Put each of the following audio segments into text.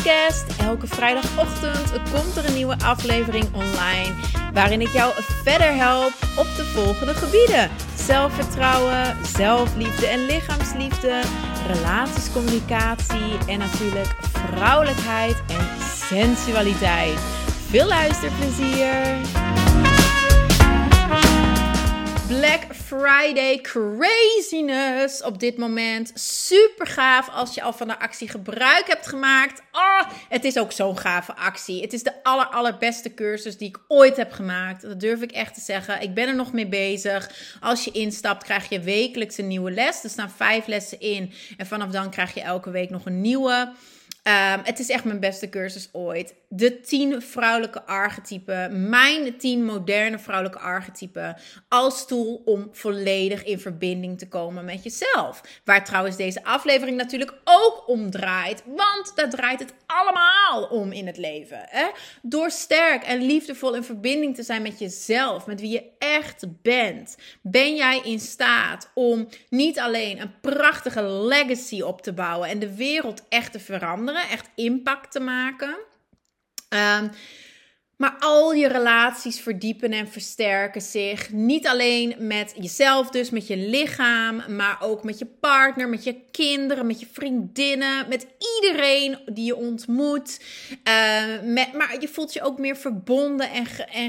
podcast. Elke vrijdagochtend komt er een nieuwe aflevering online waarin ik jou verder help op de volgende gebieden. Zelfvertrouwen, zelfliefde en lichaamsliefde, relatiescommunicatie en natuurlijk vrouwelijkheid en sensualiteit. Veel luisterplezier! Black Friday craziness op dit moment. Super gaaf als je al van de actie gebruik hebt gemaakt. Oh, het is ook zo'n gave actie. Het is de allerbeste cursus die ik ooit heb gemaakt. Dat durf ik echt te zeggen. Ik ben er nog mee bezig. Als je instapt krijg je wekelijks een nieuwe les. Er staan 5 lessen in. En vanaf dan krijg je elke week nog een nieuwe. Het is echt mijn beste cursus ooit. De 10 vrouwelijke archetypen. Mijn 10 moderne vrouwelijke archetypen. Als tool om volledig in verbinding te komen met jezelf. Waar trouwens deze aflevering natuurlijk ook om draait. Want daar draait het allemaal om in het leven. Hè? Door sterk en liefdevol in verbinding te zijn met jezelf. Met wie je echt bent. Ben jij in staat om niet alleen een prachtige legacy op te bouwen. En de wereld echt te veranderen. Echt impact te maken. Maar al je relaties verdiepen en versterken zich. Niet alleen met jezelf dus, met je lichaam. Maar ook met je partner, met je kinderen, met je vriendinnen. Met iedereen die je ontmoet. Maar je voelt je ook meer verbonden en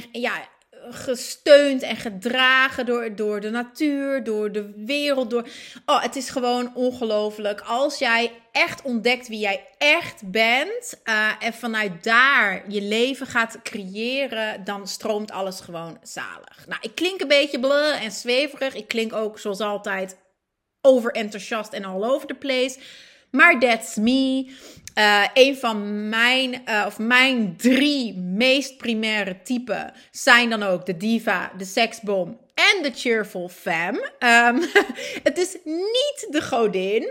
gesteund en gedragen door de natuur, door de wereld. Het is gewoon ongelooflijk. Als jij echt ontdekt wie jij echt bent en vanuit daar je leven gaat creëren, dan stroomt alles gewoon zalig. Nou, ik klink een beetje bleh en zweverig. Ik klink ook zoals altijd overenthousiast en all over the place. Maar that's me. Een van mijn 3 meest primaire typen zijn dan ook de diva, de seksbom en de cheerful femme. Het is niet de godin,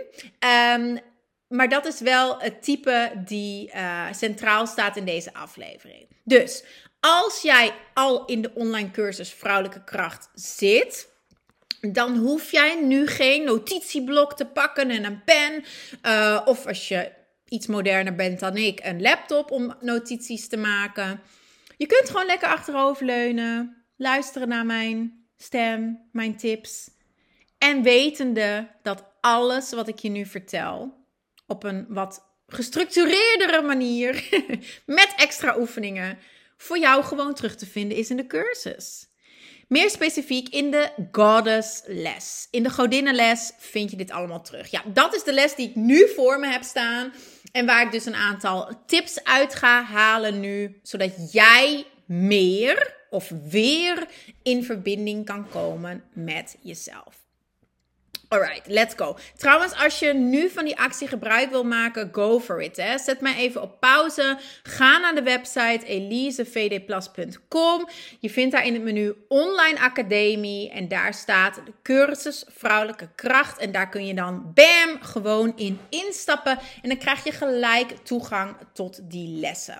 maar dat is wel het type die centraal staat in deze aflevering. Dus als jij al in de online cursus Vrouwelijke Kracht zit, dan hoef jij nu geen notitieblok te pakken en een pen. Of als je iets moderner bent dan ik, een laptop om notities te maken. Je kunt gewoon lekker achteroverleunen, luisteren naar mijn stem, mijn tips. En wetende dat alles wat ik je nu vertel op een wat gestructureerdere manier, met extra oefeningen, voor jou gewoon terug te vinden is in de cursus. Meer specifiek in de Goddess les. In de godinnenles vind je dit allemaal terug. Ja, dat is de les die ik nu voor me heb staan. En waar ik dus een aantal tips uit ga halen nu. Zodat jij meer of weer in verbinding kan komen met jezelf. Alright, let's go. Trouwens, als je nu van die actie gebruik wil maken, go for it. Hè. Zet mij even op pauze. Ga naar de website elisevdplas.com. Je vindt daar in het menu Online Academie. En daar staat de cursus Vrouwelijke Kracht. En daar kun je dan, bam, gewoon in instappen. En dan krijg je gelijk toegang tot die lessen.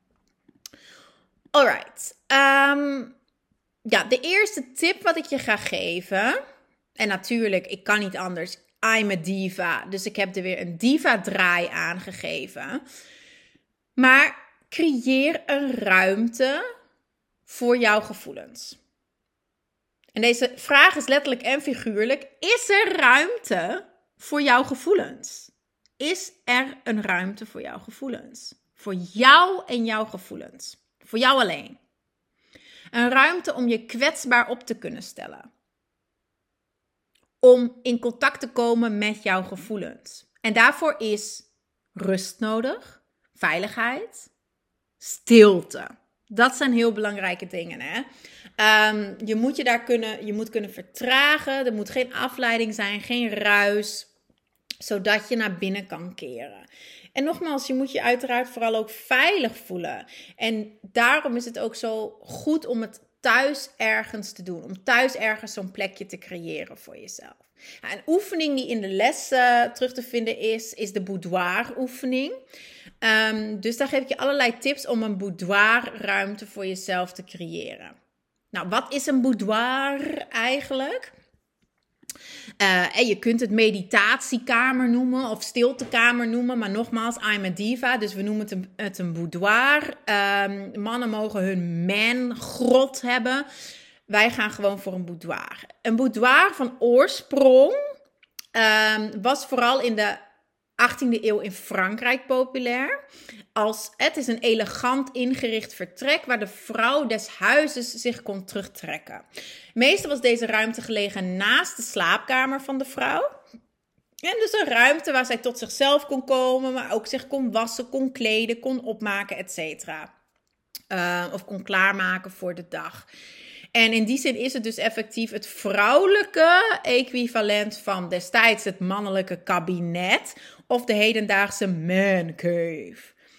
Alright. De eerste tip wat ik je ga geven. En natuurlijk, ik kan niet anders. I'm a diva. Dus ik heb er weer een diva-draai aangegeven. Maar creëer een ruimte voor jouw gevoelens. En deze vraag is letterlijk en figuurlijk. Is er ruimte voor jouw gevoelens? Is er een ruimte voor jouw gevoelens? Voor jou en jouw gevoelens. Voor jou alleen. Een ruimte om je kwetsbaar op te kunnen stellen. Om in contact te komen met jouw gevoelens. En daarvoor is rust nodig, veiligheid, stilte. Dat zijn heel belangrijke dingen, hè. Je moet kunnen vertragen. Er moet geen afleiding zijn, geen ruis. Zodat je naar binnen kan keren. En nogmaals, je moet je uiteraard vooral ook veilig voelen. En daarom is het ook zo goed om het thuis ergens te doen. Om thuis ergens zo'n plekje te creëren voor jezelf. Een oefening die in de les terug te vinden is de boudoir oefening. Dus daar geef ik je allerlei tips om een boudoirruimte voor jezelf te creëren. Nou, wat is een boudoir eigenlijk? En je kunt het meditatiekamer noemen of stiltekamer noemen. Maar nogmaals, I'm a diva, dus we noemen het een boudoir. Mannen mogen hun man-grot hebben. Wij gaan gewoon voor een boudoir. Een boudoir van oorsprong was vooral in de 18e eeuw in Frankrijk populair. Het is een elegant ingericht vertrek waar de vrouw des huizes zich kon terugtrekken. Meestal was deze ruimte gelegen naast de slaapkamer van de vrouw. En dus een ruimte waar zij tot zichzelf kon komen, maar ook zich kon wassen, kon kleden, kon opmaken, etc. Of kon klaarmaken voor de dag. En in die zin is het dus effectief het vrouwelijke equivalent van destijds het mannelijke kabinet of de hedendaagse man cave.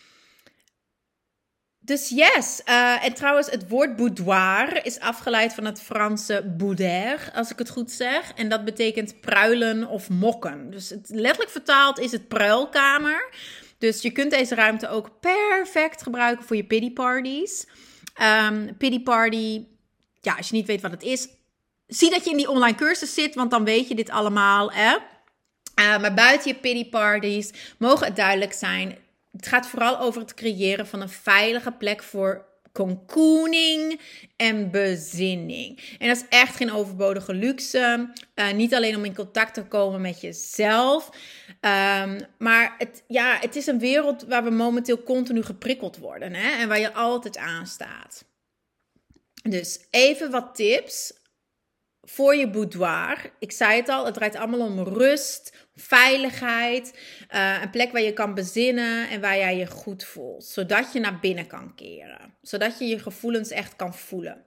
Dus yes, en trouwens het woord boudoir is afgeleid van het Franse boudoir, als ik het goed zeg. En dat betekent pruilen of mokken. Dus het letterlijk vertaald is het pruilkamer. Dus je kunt deze ruimte ook perfect gebruiken voor je pity parties. Pity party, ja, als je niet weet wat het is, zie dat je in die online cursus zit, want dan weet je dit allemaal. Maar buiten je pity parties mogen het duidelijk zijn. Het gaat vooral over het creëren van een veilige plek voor cocooning en bezinning. En dat is echt geen overbodige luxe. Niet alleen om in contact te komen met jezelf. Maar het is een wereld waar we momenteel continu geprikkeld worden. Hè? En waar je altijd aan staat. Dus even wat tips voor je boudoir. Ik zei het al, het draait allemaal om rust, veiligheid, een plek waar je kan bezinnen en waar jij je goed voelt. Zodat je naar binnen kan keren. Zodat je je gevoelens echt kan voelen.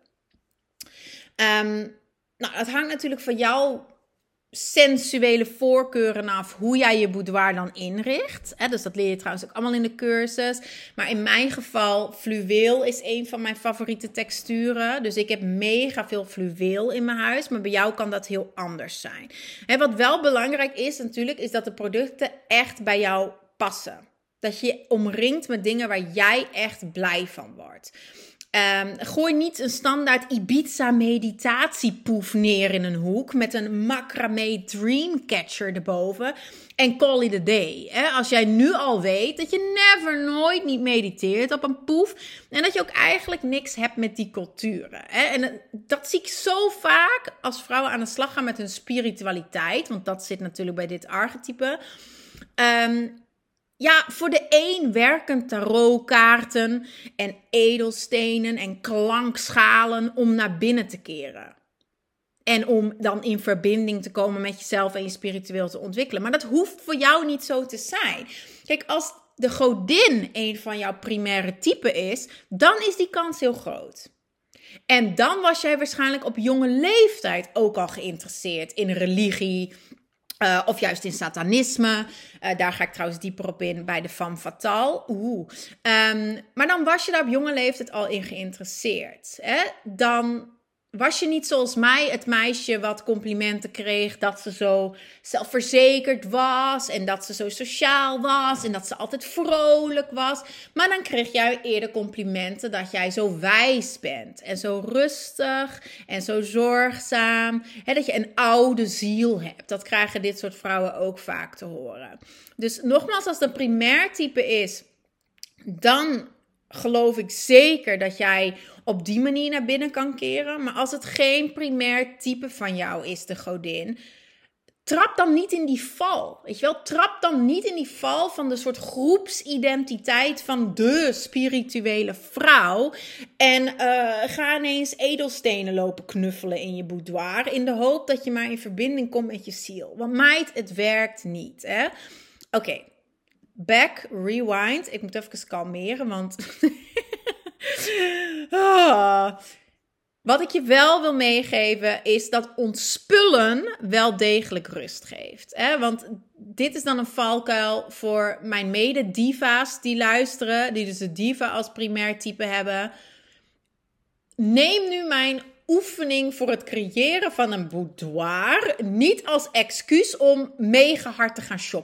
Het hangt natuurlijk van jouw sensuele voorkeuren af hoe jij je boudoir dan inricht. Dus dat leer je trouwens ook allemaal in de cursus. Maar in mijn geval, fluweel is een van mijn favoriete texturen. Dus ik heb mega veel fluweel in mijn huis. Maar bij jou kan dat heel anders zijn. Wat wel belangrijk is natuurlijk, is dat de producten echt bij jou passen. Dat je je omringt met dingen waar jij echt blij van wordt. Gooi niet een standaard Ibiza meditatiepoef neer in een hoek met een macramé dreamcatcher erboven en call it a day. Als jij nu al weet dat je nooit niet mediteert op een poef en dat je ook eigenlijk niks hebt met die culturen. En dat zie ik zo vaak als vrouwen aan de slag gaan met hun spiritualiteit, want dat zit natuurlijk bij dit archetype. Voor de een werken tarotkaarten en edelstenen en klankschalen om naar binnen te keren. En om dan in verbinding te komen met jezelf en je spiritueel te ontwikkelen. Maar dat hoeft voor jou niet zo te zijn. Kijk, als de godin een van jouw primaire typen is, dan is die kans heel groot. En dan was jij waarschijnlijk op jonge leeftijd ook al geïnteresseerd in religie, of juist in satanisme. Daar ga ik trouwens dieper op in bij de femme fatale. Maar dan was je daar op jonge leeftijd al in geïnteresseerd. Dan was je niet zoals mij, het meisje wat complimenten kreeg dat ze zo zelfverzekerd was en dat ze zo sociaal was en dat ze altijd vrolijk was. Maar dan kreeg jij eerder complimenten dat jij zo wijs bent en zo rustig en zo zorgzaam. Dat je een oude ziel hebt. Dat krijgen dit soort vrouwen ook vaak te horen. Dus nogmaals, als het een primair type is, dan geloof ik zeker dat jij op die manier naar binnen kan keren. Maar als het geen primair type van jou is, de godin, trap dan niet in die val. Weet je wel? Trap dan niet in die val van de soort groepsidentiteit van de spirituele vrouw. En ga ineens edelstenen lopen knuffelen in je boudoir in de hoop dat je maar in verbinding komt met je ziel. Want meid, het werkt niet. Oké. Back, rewind. Ik moet even kalmeren, want wat ik je wel wil meegeven is dat ontspullen wel degelijk rust geeft. Want dit is dan een valkuil voor mijn mede-diva's die luisteren, die dus de diva als primair type hebben. Neem nu mijn oefening voor het creëren van een boudoir niet als excuus om mega hard te gaan shoppen.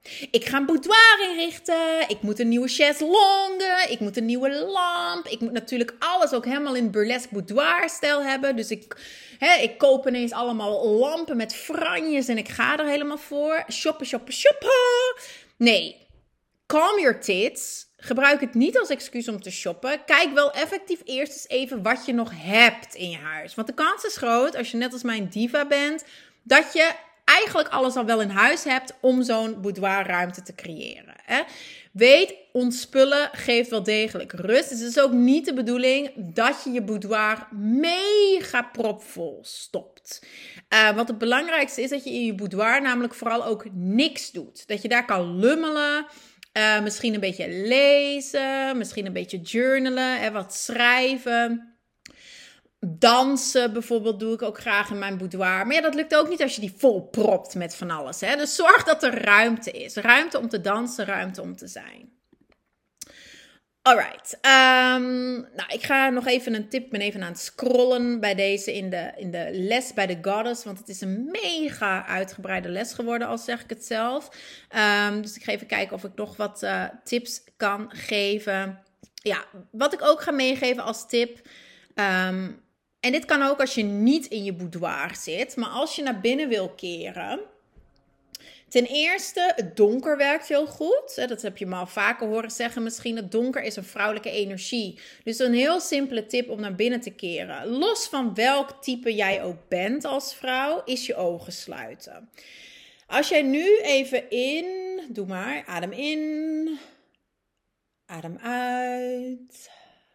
Ik ga een boudoir inrichten. Ik moet een nieuwe chaiselongue. Ik moet een nieuwe lamp. Ik moet natuurlijk alles ook helemaal in burlesque boudoir stijl hebben. Dus ik koop ineens allemaal lampen met franjes en ik ga er helemaal voor. Shoppen, shoppen, shoppen. Nee, calm your tits. Gebruik het niet als excuus om te shoppen. Kijk wel effectief eerst eens even wat je nog hebt in je huis. Want de kans is groot, als je net als mijn diva bent, dat je eigenlijk alles al wel in huis hebt om zo'n boudoirruimte te creëren. Hè? Weet, ontspullen geeft wel degelijk rust. Dus het is ook niet de bedoeling dat je je boudoir mega propvol stopt. Want het belangrijkste is dat je in je boudoir namelijk vooral ook niks doet. Dat je daar kan lummelen. Misschien een beetje lezen, misschien een beetje journalen, wat schrijven. Dansen bijvoorbeeld doe ik ook graag in mijn boudoir. Maar ja, dat lukt ook niet als je die vol propt met van alles. Hè? Dus zorg dat er ruimte is. Ruimte om te dansen, ruimte om te zijn. Alright. Ik ga nog even een tip. Ik ben even aan het scrollen bij deze in de les bij de Goddess. Want het is een mega uitgebreide les geworden, al zeg ik het zelf. Dus ik ga even kijken of ik nog wat tips kan geven. Ja, wat ik ook ga meegeven als tip. En dit kan ook als je niet in je boudoir zit. Maar als je naar binnen wil keren. Ten eerste, het donker werkt heel goed. Dat heb je me al vaker horen zeggen misschien. Het donker is een vrouwelijke energie. Dus een heel simpele tip om naar binnen te keren. Los van welk type jij ook bent als vrouw, is je ogen sluiten. Als jij nu even doe maar, adem in, adem uit.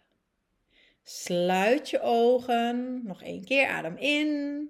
Sluit je ogen. Nog 1 keer, adem in.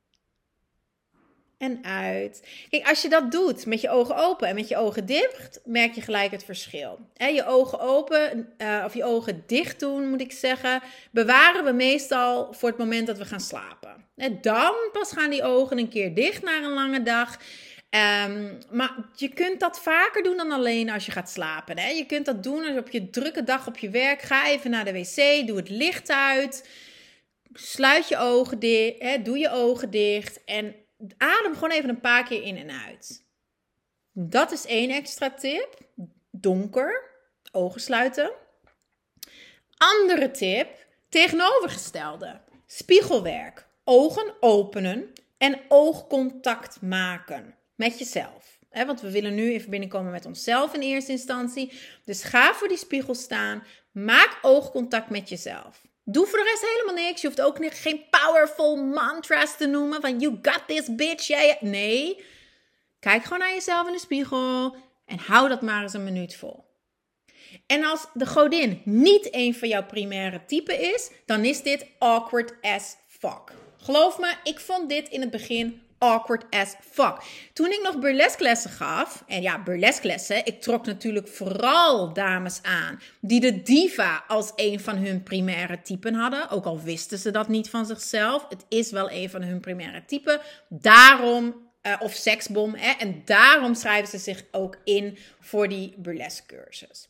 En uit. Kijk, als je dat doet met je ogen open en met je ogen dicht, merk je gelijk het verschil. Je ogen open, of je ogen dicht doen, moet ik zeggen, bewaren we meestal voor het moment dat we gaan slapen. Dan pas gaan die ogen een keer dicht na een lange dag. Maar je kunt dat vaker doen dan alleen als je gaat slapen. Je kunt dat doen als je op je drukke dag op je werk, ga even naar de wc, doe het licht uit, sluit je ogen dicht, doe je ogen dicht en adem gewoon even een paar keer in en uit. Dat is 1 extra tip. Donker, ogen sluiten. Andere tip, tegenovergestelde. Spiegelwerk, ogen openen en oogcontact maken met jezelf. Want we willen nu in verbinding komen met onszelf in eerste instantie. Dus ga voor die spiegel staan, maak oogcontact met jezelf. Doe voor de rest helemaal niks. Je hoeft ook geen powerful mantra's te noemen. Van you got this bitch. Yeah. Nee. Kijk gewoon naar jezelf in de spiegel. En hou dat maar eens een minuut vol. En als de godin niet een van jouw primaire typen is. Dan is dit awkward as fuck. Geloof me, ik vond dit in het begin awkward as fuck. Toen ik nog burlesque lessen gaf, en ja, burlesque lessen, ik trok natuurlijk vooral dames aan die de diva als een van hun primaire typen hadden, ook al wisten ze dat niet van zichzelf. Het is wel een van hun primaire typen. Daarom, of seksbom, en daarom schrijven ze zich ook in voor die burlesque cursus.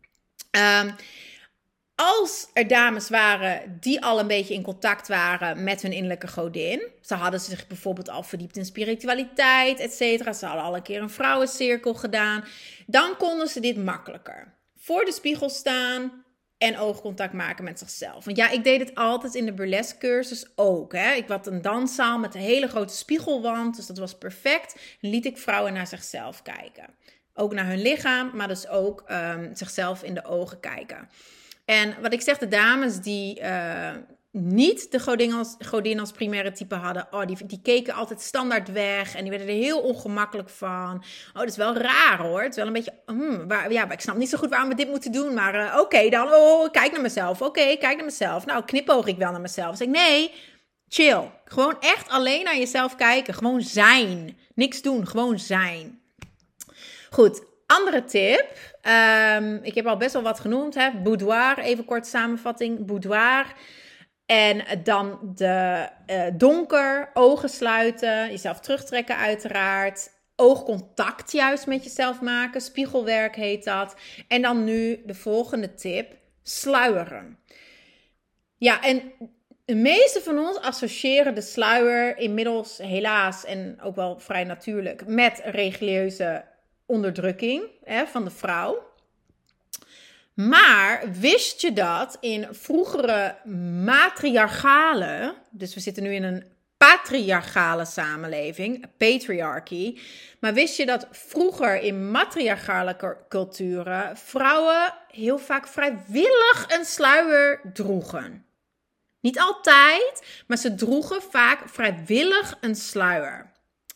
Als er dames waren die al een beetje in contact waren met hun innerlijke godin. Ze hadden zich bijvoorbeeld al verdiept in spiritualiteit, et cetera. Ze hadden al een keer een vrouwencirkel gedaan. Dan konden ze dit makkelijker. Voor de spiegel staan en oogcontact maken met zichzelf. Want ja, ik deed het altijd in de burlesque cursus ook. Ik had een danszaal met een hele grote spiegelwand. Dus dat was perfect. En liet ik vrouwen naar zichzelf kijken. Ook naar hun lichaam, maar dus ook zichzelf in de ogen kijken. En wat ik zeg, de dames die niet de godin als primaire type hadden, die keken altijd standaard weg en die werden er heel ongemakkelijk van. Dat is wel raar hoor. Het is wel een beetje, maar ik snap niet zo goed waarom we dit moeten doen, maar oké, dan, kijk naar mezelf. Oké, kijk naar mezelf. Nou, knipoog ik wel naar mezelf. Dus ik, nee, chill. Gewoon echt alleen naar jezelf kijken. Gewoon zijn. Niks doen, gewoon zijn. Goed. Andere tip, ik heb al best wel wat genoemd, boudoir, even kort samenvatting, boudoir. En dan de donker, ogen sluiten, jezelf terugtrekken uiteraard, oogcontact juist met jezelf maken, spiegelwerk heet dat. En dan nu de volgende tip, sluieren. Ja, en de meeste van ons associëren de sluier inmiddels helaas en ook wel vrij natuurlijk met religieuze onderdrukking van de vrouw. Maar wist je dat in vroegere matriarchale, dus we zitten nu in een patriarchale samenleving, patriarchy, maar wist je dat vroeger in matriarchale culturen vrouwen heel vaak vrijwillig een sluier droegen? Niet altijd, maar ze droegen vaak vrijwillig een sluier.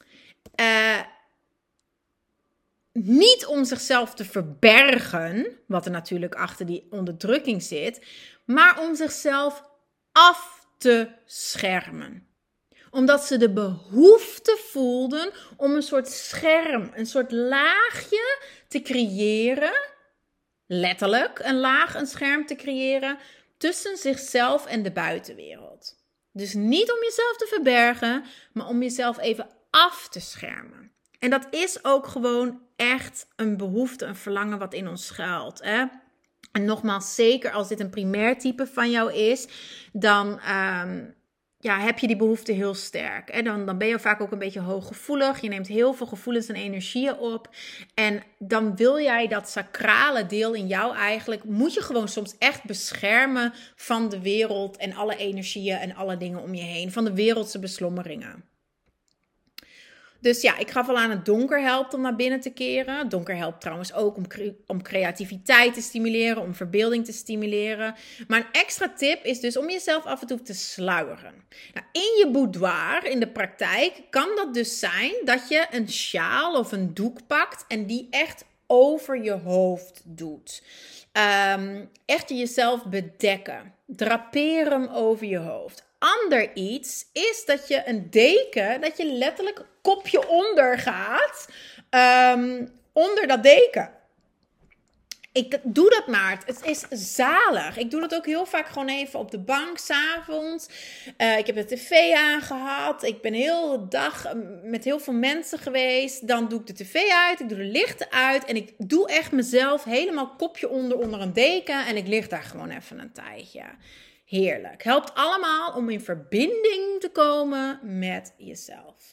Niet om zichzelf te verbergen, wat er natuurlijk achter die onderdrukking zit, maar om zichzelf af te schermen. Omdat ze de behoefte voelden om een soort scherm, een soort laagje te creëren, letterlijk een scherm te creëren, tussen zichzelf en de buitenwereld. Dus niet om jezelf te verbergen, maar om jezelf even af te schermen. En dat is ook gewoon echt een behoefte, een verlangen wat in ons schuilt. En nogmaals, zeker als dit een primair type van jou is, dan heb je die behoefte heel sterk. Dan ben je vaak ook een beetje hooggevoelig. Je neemt heel veel gevoelens en energieën op. En dan wil jij dat sacrale deel in jou eigenlijk, moet je gewoon soms echt beschermen van de wereld en alle energieën en alle dingen om je heen. Van de wereldse beslommeringen. Dus ja, ik gaf al aan, het donker helpt om naar binnen te keren. Het donker helpt trouwens ook om creativiteit te stimuleren, om verbeelding te stimuleren. Maar een extra tip is dus om jezelf af en toe te sluieren. Nou, in je boudoir, in de praktijk, kan dat dus zijn dat je een sjaal of een doek pakt en die echt over je hoofd doet. Echt jezelf bedekken. Drapeer hem over je hoofd. Ander iets is dat je een deken, dat je letterlijk kopje onder gaat, onder dat deken. Ik doe dat maar. Het is zalig. Ik doe dat ook heel vaak gewoon even op de bank 's avonds. Ik heb de tv aangehad. Ik ben heel de dag met heel veel mensen geweest. Dan doe ik de tv uit. Ik doe de lichten uit. En ik doe echt mezelf helemaal kopje onder een deken. En ik lig daar gewoon even een tijdje. Heerlijk. Helpt allemaal om in verbinding te komen met jezelf.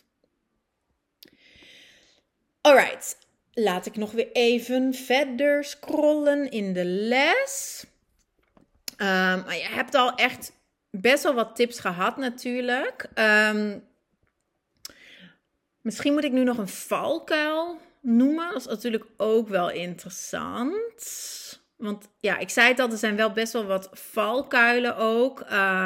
Alright. Laat ik nog weer even verder scrollen in de les. Maar je hebt al echt best wel wat tips gehad natuurlijk. Misschien moet ik nu nog een valkuil noemen. Dat is natuurlijk ook wel interessant. Want ja, ik zei het al, er zijn wel best wel wat valkuilen ook.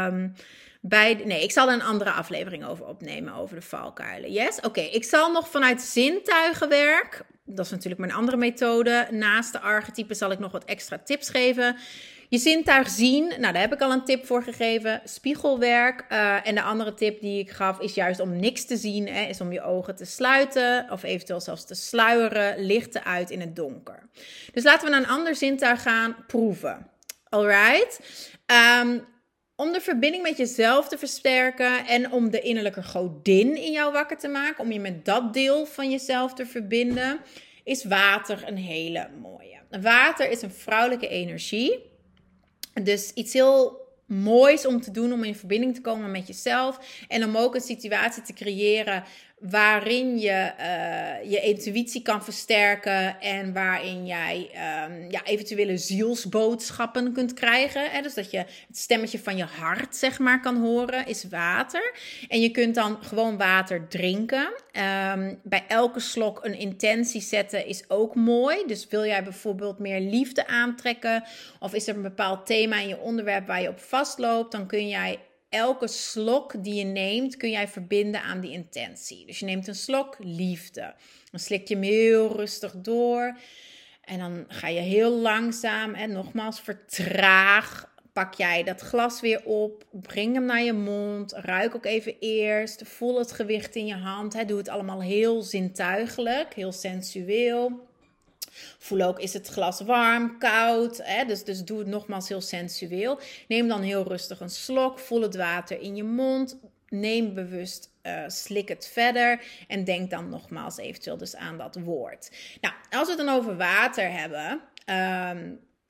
Ik zal er een andere aflevering over opnemen, over de valkuilen. Yes? Oké, ik zal nog vanuit zintuigenwerk, dat is natuurlijk mijn andere methode, naast de archetypen zal ik nog wat extra tips geven. Je zintuig zien, nou daar heb ik al een tip voor gegeven. Spiegelwerk. En de andere tip die ik gaf is juist om niks te zien. Is om je ogen te sluiten of eventueel zelfs te sluieren. Lichten uit in het donker. Dus laten we naar een ander zintuig gaan proeven. Alright? Om de verbinding met jezelf te versterken en om de innerlijke godin in jou wakker te maken. Om je met dat deel van jezelf te verbinden. Is water een hele mooie. Water is een vrouwelijke energie. Dus iets heel moois om te doen om in verbinding te komen met jezelf. En om ook een situatie te creëren waarin je je intuïtie kan versterken. En waarin jij eventuele zielsboodschappen kunt krijgen. Hè? Dus dat je het stemmetje van je hart zeg maar kan horen is water. En je kunt dan gewoon water drinken. Bij elke slok een intentie zetten is ook mooi. Dus wil jij bijvoorbeeld meer liefde aantrekken? Of is er een bepaald thema in je onderwerp waar je op vastloopt? Dan kun jij elke slok die je neemt, kun jij verbinden aan die intentie. Dus je neemt een slok liefde. Dan slik je hem heel rustig door. En dan ga je heel langzaam en nogmaals vertraag. Pak jij dat glas weer op. Breng hem naar je mond. Ruik ook even eerst. Voel het gewicht in je hand. Doe het allemaal heel zintuigelijk. Heel sensueel. Voel ook, is het glas warm, koud? Dus doe het nogmaals heel sensueel. Neem dan heel rustig een slok. Voel het water in je mond. Neem bewust, slik het verder. En denk dan nogmaals eventueel dus aan dat woord. Nou, als we het dan over water hebben.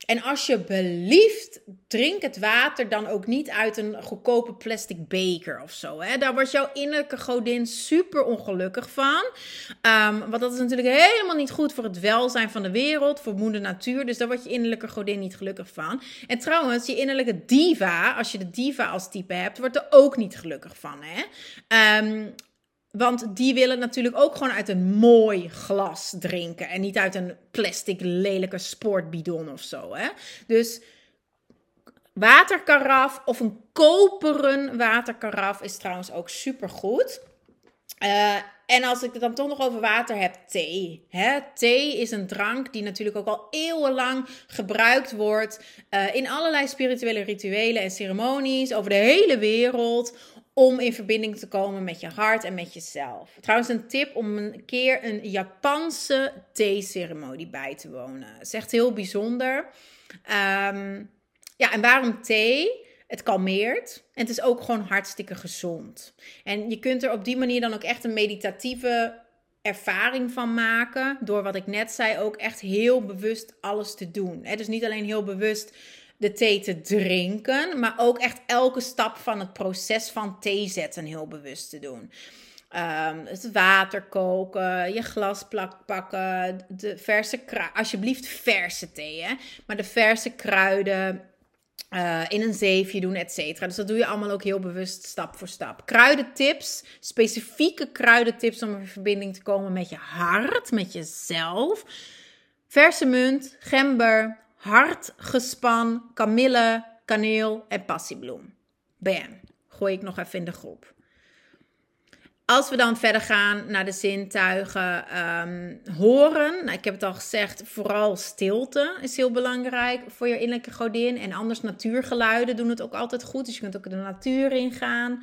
En alsjeblieft, drink het water dan ook niet uit een goedkope plastic beker of zo. Hè? Daar wordt jouw innerlijke godin super ongelukkig van. Want dat is natuurlijk helemaal niet goed voor het welzijn van de wereld, voor moeder natuur. Dus daar wordt je innerlijke godin niet gelukkig van. En trouwens, je innerlijke diva, als je de diva als type hebt, wordt er ook niet gelukkig van. Hè? Want die willen natuurlijk ook gewoon uit een mooi glas drinken. En niet uit een plastic lelijke sportbidon of zo. Hè? Dus waterkaraf of een koperen waterkaraf is trouwens ook supergoed. En als ik het dan toch nog over water heb, thee. Hè? Thee is een drank die natuurlijk ook al eeuwenlang gebruikt wordt in allerlei spirituele rituelen en ceremonies over de hele wereld, om in verbinding te komen met je hart en met jezelf. Trouwens, een tip om een keer een Japanse theeceremonie bij te wonen. Het is echt heel bijzonder. En waarom thee? Het kalmeert en het is ook gewoon hartstikke gezond. En je kunt er op die manier dan ook echt een meditatieve ervaring van maken. Door wat ik net zei, ook echt heel bewust alles te doen. Dus niet alleen heel bewust de thee te drinken, maar ook echt elke stap van het proces van thee zetten heel bewust te doen. Het water koken, je glas pakken, de verse alsjeblieft verse thee, hè? Maar de verse kruiden in een zeefje doen, et cetera. Dus dat doe je allemaal ook heel bewust stap voor stap. Kruidentips, specifieke kruidentips om in verbinding te komen met je hart, met jezelf. Verse munt, gember, hartgespan, kamille, kaneel en passiebloem. Bam, gooi ik nog even in de groep. Als we dan verder gaan naar de zintuigen, horen. Nou, ik heb het al gezegd, vooral stilte is heel belangrijk voor je innerlijke godin. En anders natuurgeluiden doen het ook altijd goed. Dus je kunt ook de natuur ingaan.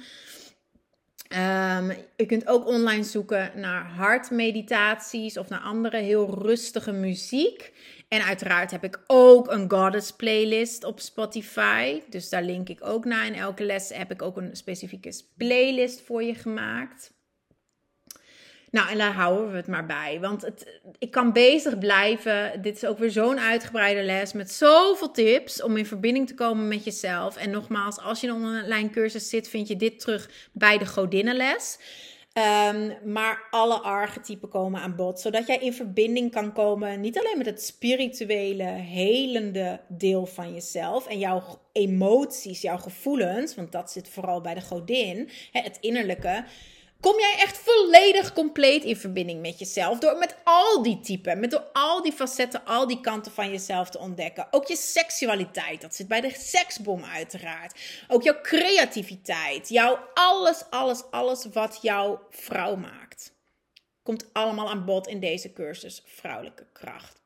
Je kunt ook online zoeken naar hartmeditaties of naar andere heel rustige muziek. En uiteraard heb ik ook een Goddess playlist op Spotify. Dus daar link ik ook naar. In elke les heb ik ook een specifieke playlist voor je gemaakt. Nou, en daar houden we het maar bij. Want ik kan bezig blijven. Dit is ook weer zo'n uitgebreide les met zoveel tips om in verbinding te komen met jezelf. En nogmaals, als je in een online cursus zit, vind je dit terug bij de godinnenles. Maar alle archetypen komen aan bod. Zodat jij in verbinding kan komen, niet alleen met het spirituele, helende deel van jezelf. En jouw emoties, jouw gevoelens. Want dat zit vooral bij de godin. Het innerlijke. Kom jij echt volledig compleet in verbinding met jezelf. Door met al die typen, door al die facetten, al die kanten van jezelf te ontdekken. Ook je seksualiteit, dat zit bij de seksbom uiteraard. Ook jouw creativiteit, jouw alles wat jouw vrouw maakt. Komt allemaal aan bod in deze cursus Vrouwelijke Kracht.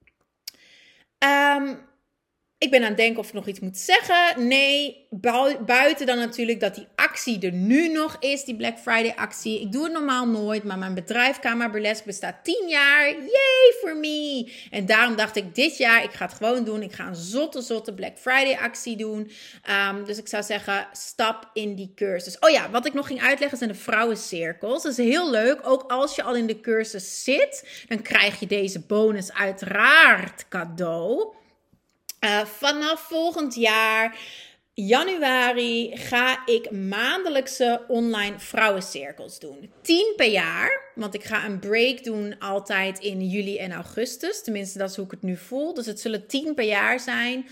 Ik ben aan het denken of ik nog iets moet zeggen. Nee, buiten dan natuurlijk dat die actie er nu nog is, die Black Friday actie. Ik doe het normaal nooit, maar mijn bedrijf Kama Burlesque bestaat 10 jaar. Yay for me! En daarom dacht ik dit jaar, ik ga het gewoon doen. Ik ga een zotte Black Friday actie doen. Dus ik zou zeggen, stap in die cursus. Oh ja, wat ik nog ging uitleggen zijn de vrouwencirkels. Dat is heel leuk. Ook als je al in de cursus zit, dan krijg je deze bonus uiteraard cadeau. Vanaf volgend jaar, januari, ga ik maandelijkse online vrouwencirkels doen. 10 per jaar, want ik ga een break doen altijd in juli en augustus. Tenminste, dat is hoe ik het nu voel. Dus het zullen 10 per jaar zijn.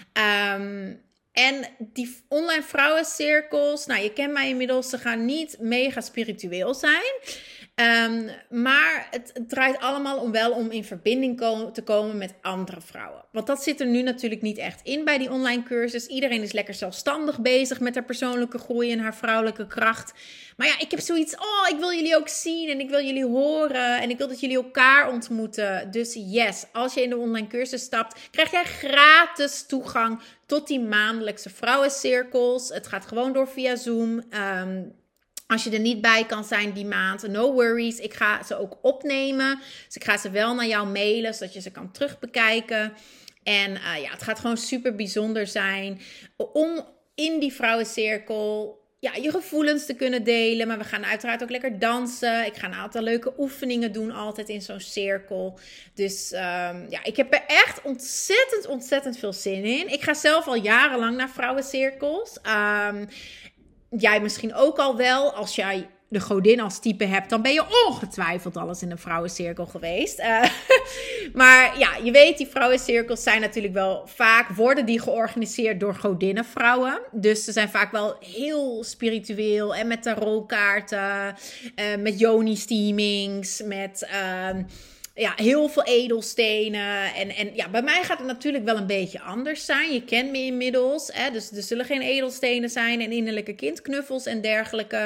En die online vrouwencirkels, nou, je kent mij inmiddels, ze gaan niet mega spiritueel zijn. Maar het draait allemaal om in verbinding te komen met andere vrouwen. Want dat zit er nu natuurlijk niet echt in bij die online cursus. Iedereen is lekker zelfstandig bezig met haar persoonlijke groei en haar vrouwelijke kracht. Maar ja, ik heb zoiets, ik wil jullie ook zien en ik wil jullie horen en ik wil dat jullie elkaar ontmoeten. Dus yes, als je in de online cursus stapt, krijg jij gratis toegang tot die maandelijkse vrouwencirkels. Het gaat gewoon door via Zoom. Als je er niet bij kan zijn die maand, no worries. Ik ga ze ook opnemen. Dus ik ga ze wel naar jou mailen, zodat je ze kan terugbekijken. En het gaat gewoon super bijzonder zijn om in die vrouwencirkel je gevoelens te kunnen delen. Maar we gaan uiteraard ook lekker dansen. Ik ga een aantal leuke oefeningen doen altijd in zo'n cirkel. Dus ik heb er echt ontzettend veel zin in. Ik ga zelf al jarenlang naar vrouwencirkels. Jij misschien ook al wel. Als jij de godin als type hebt, dan ben je ongetwijfeld al eens in een vrouwencirkel geweest. Maar ja, je weet, die vrouwencirkels zijn natuurlijk wel vaak, worden die georganiseerd door godinnenvrouwen. Dus ze zijn vaak wel heel spiritueel en met tarotkaarten, met yoni-steamings, met heel veel edelstenen. En bij mij gaat het natuurlijk wel een beetje anders zijn. Je kent me inmiddels. Hè? Dus er zullen geen edelstenen zijn en innerlijke kindknuffels en dergelijke.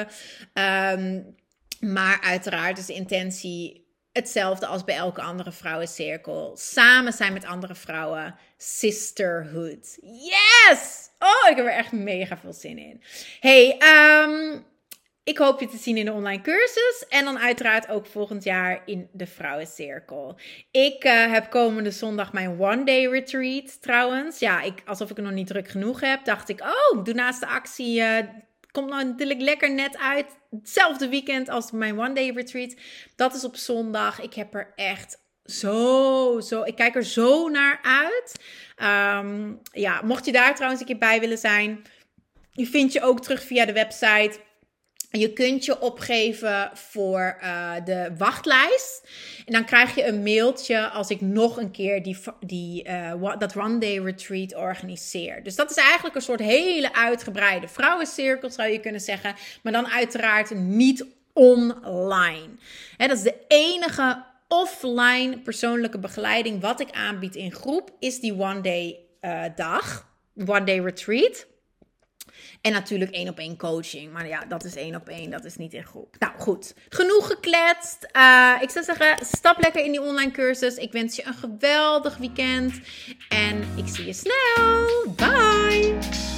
Maar uiteraard is de intentie hetzelfde als bij elke andere vrouwencirkel. Samen zijn met andere vrouwen. Sisterhood. Yes! Oh, ik heb er echt mega veel zin in. Hey, ik hoop je te zien in de online cursus. En dan uiteraard ook volgend jaar in de vrouwencirkel. Ik heb komende zondag mijn one day retreat trouwens. Ja, alsof ik het nog niet druk genoeg heb, dacht ik, doe naast de actie. Komt nou natuurlijk lekker net uit. Hetzelfde weekend als mijn one day retreat. Dat is op zondag. Ik heb er echt ik kijk er zo naar uit. Mocht je daar trouwens een keer bij willen zijn. Je vindt je ook terug via de website. Je kunt je opgeven voor de wachtlijst. En dan krijg je een mailtje als ik nog een keer dat one day retreat organiseer. Dus dat is eigenlijk een soort hele uitgebreide vrouwencirkel, zou je kunnen zeggen. Maar dan uiteraard niet online. Dat is de enige offline persoonlijke begeleiding wat ik aanbied in groep. Is die one day one day retreat. En natuurlijk 1-op-1 coaching. Maar ja, dat is 1-op-1. Dat is niet in groep. Nou goed, genoeg gekletst. Ik zou zeggen, stap lekker in die online cursus. Ik wens je een geweldig weekend. En ik zie je snel. Bye!